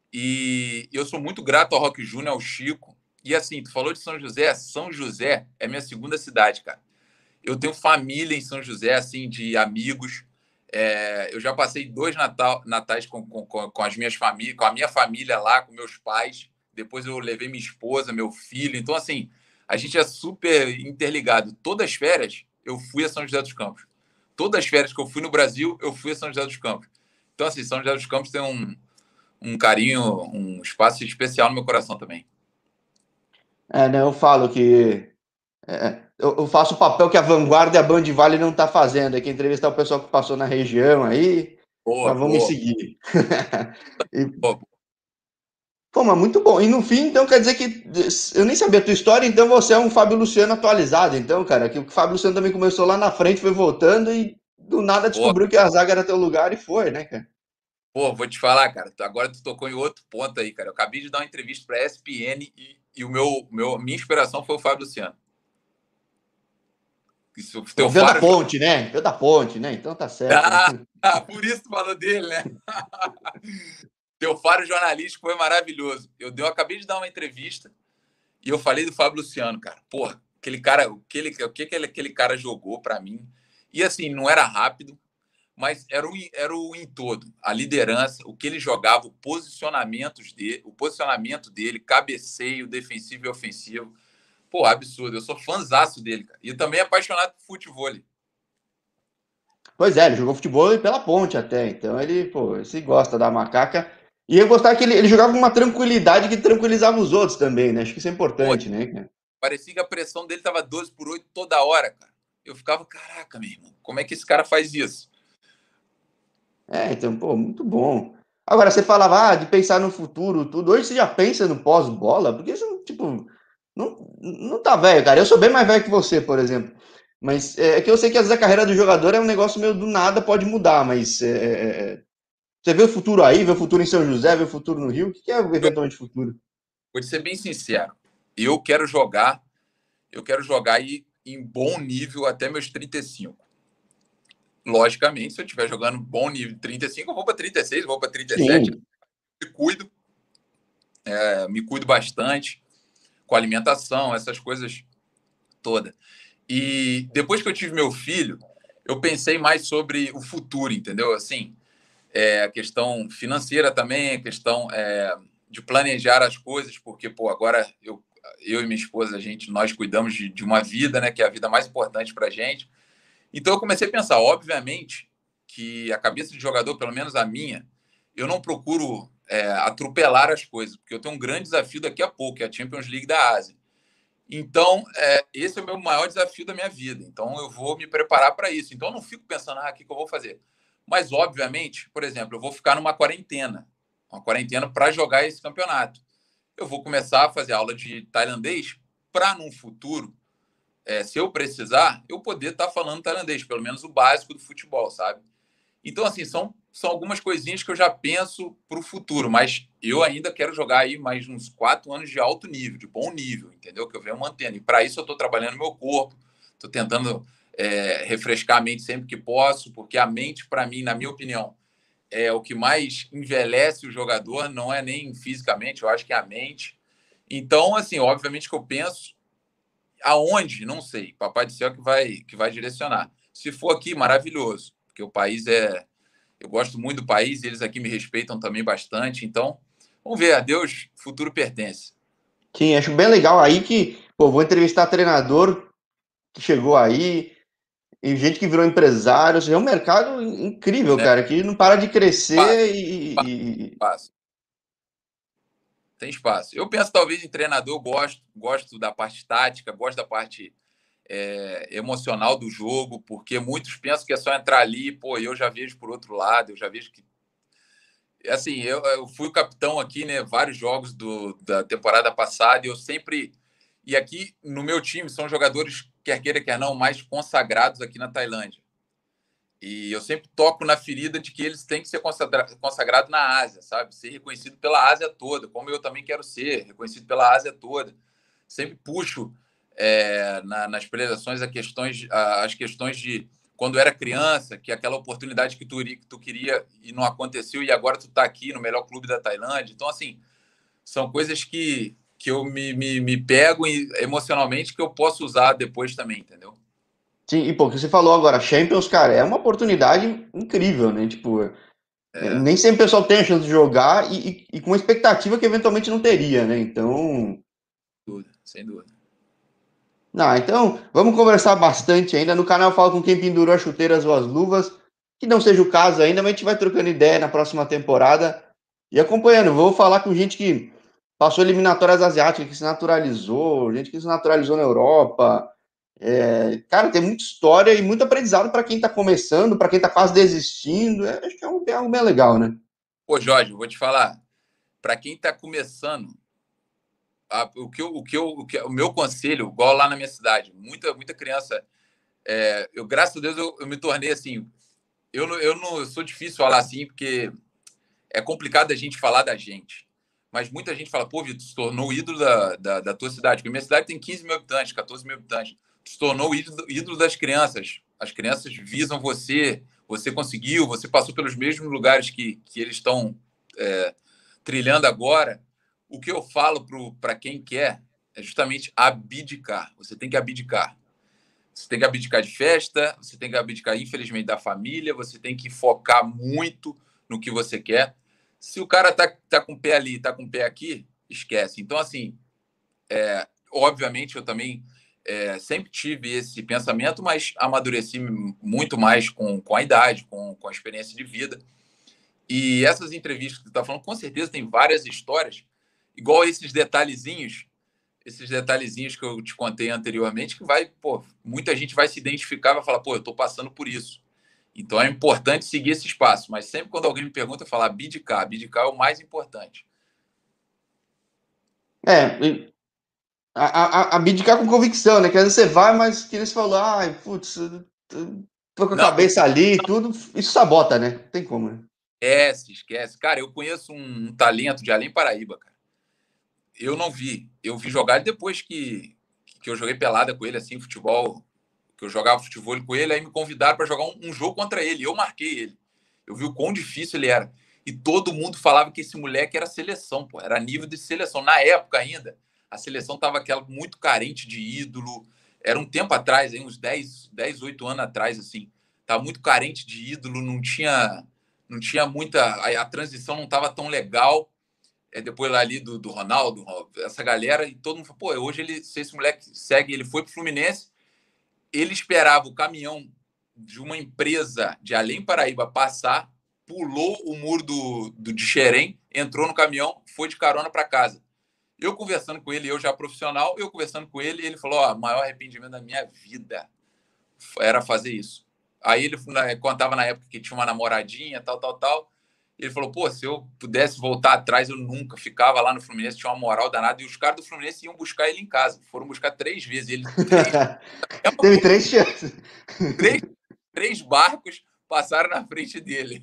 E eu sou muito grato ao Roque Júnior, ao Chico. E assim, tu falou de São José, São José é minha segunda cidade, cara. Eu tenho família em São José, assim, de amigos. É, eu já passei dois natal, natais com, com, com as minhas famílias, com a minha família lá, com meus pais. Depois eu levei minha esposa, meu filho. Então, assim, a gente é super interligado. Todas as férias, eu fui a São José dos Campos. Todas as férias que eu fui no Brasil, eu fui a São José dos Campos. Então, assim, São José dos Campos tem um, um carinho, um espaço especial no meu coração também. É, né? Eu falo que é, eu, eu faço o papel que a Vanguarda e a Band Vale não tá fazendo, é que entrevistar o pessoal que passou na região aí, Boa, mas vamos boa. seguir. e, Boa. pô, mas muito bom. E no fim, então, quer dizer que eu nem sabia a tua história, então você é um Fábio Luciano atualizado, então, cara, que o Fábio Luciano também começou lá na frente, foi voltando e do nada Boa. descobriu que a zaga era teu lugar e foi, né, cara? Pô, vou te falar, cara. Agora tu tocou em outro ponto aí, cara. Eu acabei de dar uma entrevista para a E S P N e, e o meu, meu, minha inspiração foi o Fábio Luciano. Isso, Pô, teu veio da faro. ponte, né? Veio da ponte, né? Então tá certo. Ah, Né? ah, por isso tu falou dele, né? Teu faro jornalístico foi maravilhoso. Eu, dei, eu acabei de dar uma entrevista e eu falei do Fábio Luciano, cara. Porra, aquele cara, o que, ele, o que aquele, aquele cara jogou para mim. E assim, não era rápido, mas era o, era o em todo, a liderança, o que ele jogava, o posicionamento dele, o posicionamento dele, cabeceio, defensivo e ofensivo. Pô, absurdo. Eu sou fãzaço dele, cara. E também apaixonado por futebol. Pois é, ele jogou futebol pela ponte até, então ele, pô, se gosta da macaca. E eu gostava que ele, ele jogava com uma tranquilidade que tranquilizava os outros também, né? Acho que isso é Pô, importante, né, cara? parecia que a pressão dele tava doze por oito toda hora, cara. Eu ficava, caraca, meu irmão, como é que esse cara faz isso? É, então, pô, muito bom. Agora, você falava, ah, de pensar no futuro, tudo. Hoje você já pensa no pós-bola? Porque isso, tipo, não, não tá velho, cara. Eu sou bem mais velho que você, por exemplo. Mas é, é que eu sei que às vezes a carreira do jogador é um negócio meio do nada, pode mudar, mas é, é, é, você vê o futuro aí, vê o futuro em São José, vê o futuro no Rio? O que é eventualmente futuro? Vou te ser bem sincero. Eu quero jogar, eu quero jogar aí em bom nível até meus trinta e cinco. Logicamente, se eu estiver jogando bom nível trinta e cinco, eu vou para trinta e seis, vou para trinta e sete. Sim. Me cuido, é, me cuido bastante com alimentação, essas coisas todas. E depois que eu tive meu filho, eu pensei mais sobre o futuro, entendeu? Assim, é, a questão financeira também, a questão é, de planejar as coisas, porque, pô, agora eu, eu e minha esposa, a gente, nós cuidamos de, de uma vida, né, que é a vida mais importante para a gente. Então eu comecei a pensar, obviamente, que a cabeça de jogador, pelo menos a minha, eu não procuro é, atropelar as coisas, porque eu tenho um grande desafio daqui a pouco, que é a Champions League da Ásia. Então, é, esse é o meu maior desafio da minha vida. Então, eu vou me preparar para isso. Então, eu não fico pensando, ah, o que, que eu vou fazer? Mas, obviamente, por exemplo, eu vou ficar numa quarentena. Uma quarentena para jogar esse campeonato. Eu vou começar a fazer aula de tailandês para, num futuro, é, se eu precisar, eu poder estar tá falando tailandês, pelo menos o básico do futebol, sabe? Então, assim, são, são algumas coisinhas que eu já penso para o futuro, mas eu ainda quero jogar aí mais uns quatro anos de alto nível, de bom nível, entendeu? Que eu venho mantendo. E para isso eu estou trabalhando meu corpo, estou tentando é, refrescar a mente sempre que posso, porque a mente, para mim, na minha opinião, é o que mais envelhece o jogador, não é nem fisicamente, eu acho que é a mente. Então, assim, obviamente que eu penso aonde, não sei, Papai do Céu que vai, que vai direcionar. Se for aqui, maravilhoso, porque o país é... Eu gosto muito do país, eles aqui me respeitam também bastante, então, vamos ver, a Deus, futuro pertence. Sim, acho bem legal aí que, pô, vou entrevistar treinador que chegou aí, e gente que virou empresário, é um mercado incrível, Né? cara, que não para de crescer Espaço, e, e... espaço. Tem espaço. Eu penso, talvez, em treinador, gosto, gosto da parte tática, gosto da parte é, emocional do jogo, porque muitos pensam que é só entrar ali, pô, eu já vejo por outro lado, eu já vejo que. Assim, eu, eu fui o capitão aqui, né, vários jogos do, da temporada passada, e eu sempre. E aqui no meu time são jogadores, quer queira, quer não, mais consagrados aqui na Tailândia. E eu sempre toco na ferida de que eles têm que ser consagrados na Ásia, sabe? Ser reconhecido pela Ásia toda, como eu também quero ser, reconhecido pela Ásia toda. Sempre puxo é, na, nas preleções as questões, as questões de quando era criança, que aquela oportunidade que tu, que tu queria e não aconteceu, e agora tu está aqui no melhor clube da Tailândia. Então, assim, são coisas que, que eu me, me, me pego emocionalmente que eu posso usar depois também, entendeu? Sim, e pô, que você falou agora, Champions, cara, é uma oportunidade incrível, né? Tipo, é, É, nem sempre o pessoal tem a chance de jogar e, e, e com uma expectativa que eventualmente não teria, né? Então, dúvida, sem dúvida. não, então vamos conversar bastante ainda. No canal eu falo com quem pendurou as chuteiras ou as luvas, que não seja o caso ainda, mas a gente vai trocando ideia na próxima temporada e acompanhando. Vou falar com gente que passou eliminatórias asiáticas, que se naturalizou, gente que se naturalizou na Europa. É, cara, tem muita história e muito aprendizado para quem está começando, para quem está quase desistindo. É, acho que é, um, é algo bem legal, né? Pô, Jorge, eu vou te falar, para quem está começando, a, o, que eu, o, que eu, o, que, o meu conselho, igual lá na minha cidade, muita, muita criança, é, eu, graças a Deus, eu, eu me tornei assim. Eu, não- eu não eu sou difícil falar assim, porque é complicado a gente falar da gente. Mas muita gente fala, pô, Vitor, tu se tornou o ídolo da, da, da tua cidade. Porque minha cidade tem quinze mil habitantes, quatorze mil habitantes. Tu se tornou o ídolo, ídolo das crianças. As crianças visam você, você conseguiu, você passou pelos mesmos lugares que, que eles estão é, trilhando agora. O que eu falo para quem quer é justamente abdicar. Você tem que abdicar. Você tem que abdicar de festa, você tem que abdicar, infelizmente, da família, você tem que focar muito no que você quer. Se o cara tá, tá com o pé ali, tá com o pé aqui, esquece. Então, assim, é, obviamente, eu também é, sempre tive esse pensamento, mas amadureci muito mais com, com a idade, com, com a experiência de vida. E essas entrevistas que você está falando, com certeza tem várias histórias, igual esses detalhezinhos esses detalhezinhos que eu te contei anteriormente, que vai, pô, muita gente vai se identificar, vai falar, pô, eu estou passando por isso. Então é importante seguir esse espaço, mas sempre quando alguém me pergunta, eu falo abdicar, abdicar é o mais importante. É, a, a, abdicar com convicção, né? Que às vezes você vai, mas que eles falam, ai, putz, tô com a Não, eu cabeça ali e tudo, isso sabota, né? Não tem como, né? esquece, esquece. Cara, eu conheço um, um talento de Além Paraíba, cara. Eu não vi, eu vi jogar depois que, que eu joguei pelada com ele, assim, futebol, que eu jogava futebol com ele, aí me convidaram para jogar um, um jogo contra ele, eu marquei ele. Eu vi o quão difícil ele era. E todo mundo falava que esse moleque era seleção, pô, era nível de seleção. Na época ainda, a seleção estava aquela muito carente de ídolo. Era um tempo atrás, aí, uns dez, dez, oito anos atrás, assim. Tava muito carente de ídolo, não tinha, não tinha muita. A, a transição não estava tão legal. É, depois lá ali do, do Ronaldo, essa galera, e todo mundo falou, pô, hoje ele, se esse moleque segue, ele foi pro Fluminense, ele esperava o caminhão de uma empresa de Além Paraíba passar, pulou o muro do, do de Xerém, entrou no caminhão, foi de carona para casa. Eu conversando com ele, eu já profissional, eu conversando com ele, ele falou: ó, oh, maior arrependimento da minha vida era fazer isso. Aí ele contava na época que tinha uma namoradinha, tal, tal, tal. Ele falou, pô, se eu pudesse voltar atrás, eu nunca ficava lá no Fluminense, tinha uma moral danada, e os caras do Fluminense iam buscar ele em casa. Foram buscar três vezes. Ele, três, Teve três chances. três, três barcos passaram na frente dele.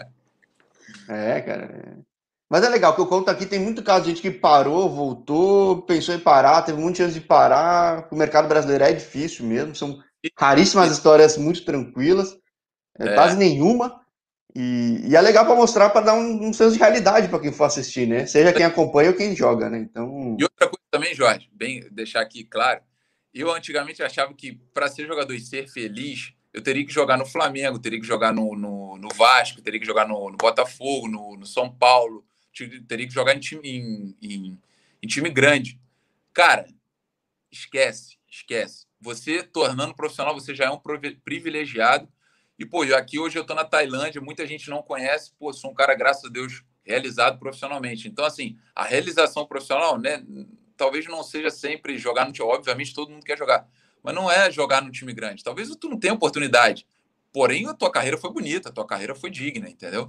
É, cara. Mas é legal, que eu conto aqui, tem muito caso de gente que parou, voltou, pensou em parar, teve muita chance de parar. O mercado brasileiro é difícil mesmo, são raríssimas histórias muito tranquilas, é, quase É. nenhuma. E, e é legal para mostrar, para dar um, um senso de realidade para quem for assistir, né? Seja quem acompanha ou quem joga, né? Então. E outra coisa também, Jorge, bem deixar aqui claro, eu antigamente achava que para ser jogador e ser feliz, eu teria que jogar no Flamengo, teria que jogar no, no, no Vasco, teria que jogar no, no Botafogo, no, no São Paulo, teria que jogar em time, em, em, em time grande. Cara, esquece, esquece. Você tornando profissional, você já é um privilegiado. E, pô, aqui hoje eu tô na Tailândia, muita gente não conhece, pô, sou um cara, graças a Deus, realizado profissionalmente. Então, assim, a realização profissional, né, talvez não seja sempre jogar no time, obviamente todo mundo quer jogar, mas não é jogar no time grande. Talvez tu não tenha oportunidade, porém a tua carreira foi bonita, a tua carreira foi digna, entendeu?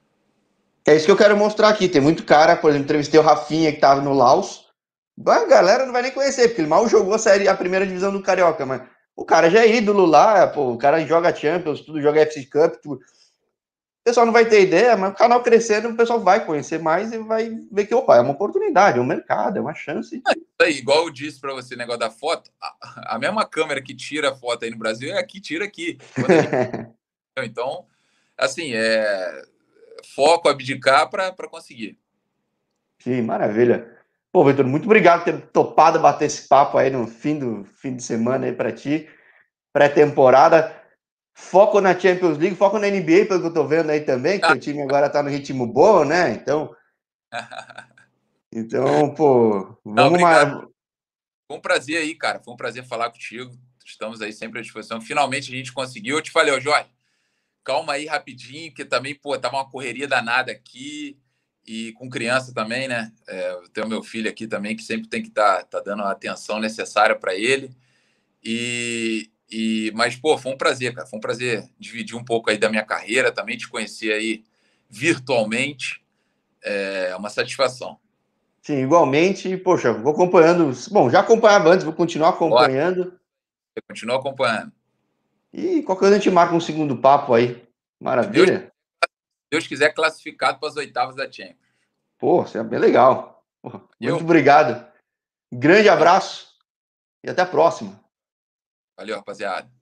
É isso que eu quero mostrar aqui. Tem muito cara, por exemplo, entrevistei o Rafinha, que tava no Laos. A galera não vai nem conhecer, porque ele mal jogou a série, a primeira divisão do Carioca, mas o cara já é ídolo lá, pô, o cara joga Champions, tudo, joga F C Cup, tudo. O pessoal não vai ter ideia, mas o canal crescendo, o pessoal vai conhecer mais e vai ver que, opa, é uma oportunidade, é um mercado, é uma chance. De... Aí, igual eu disse para você, negócio da foto, a, a mesma câmera que tira a foto aí no Brasil é aqui, tira aqui. Quando a gente... Então, assim, é foco, abdicar para conseguir. Sim, maravilha. Pô, Vitor, muito obrigado por ter topado bater esse papo aí no fim do fim de semana aí para ti. Pré-temporada. Foco na Champions League, foco na N B A, pelo que eu tô vendo aí também, que teu time agora tá no ritmo bom, né? Então, então, pô, Não, vamos obrigado. mais. Foi um prazer aí, cara. Foi um prazer falar contigo. Estamos aí sempre à disposição. Finalmente a gente conseguiu. Eu te falei, ó, Jorge, calma aí rapidinho, que também, pô, tava uma correria danada aqui e com criança também, né? É, eu tenho meu filho aqui também, que sempre tem que estar tá, tá dando a atenção necessária para ele. E, e, mas, pô, foi um prazer, cara. Foi um prazer dividir um pouco aí da minha carreira, também te conhecer aí virtualmente. É uma satisfação. Sim, igualmente, poxa, vou acompanhando. Bom, já acompanhava antes, vou continuar Bora, acompanhando. eu continuo acompanhando. E qualquer coisa a gente marca um segundo papo aí. Se Deus, Maravilha? Deus quiser, classificado para as oitavas da Champions. Pô, isso é bem legal. Porra, muito Eu? obrigado. Grande abraço e até a próxima. Valeu, rapaziada.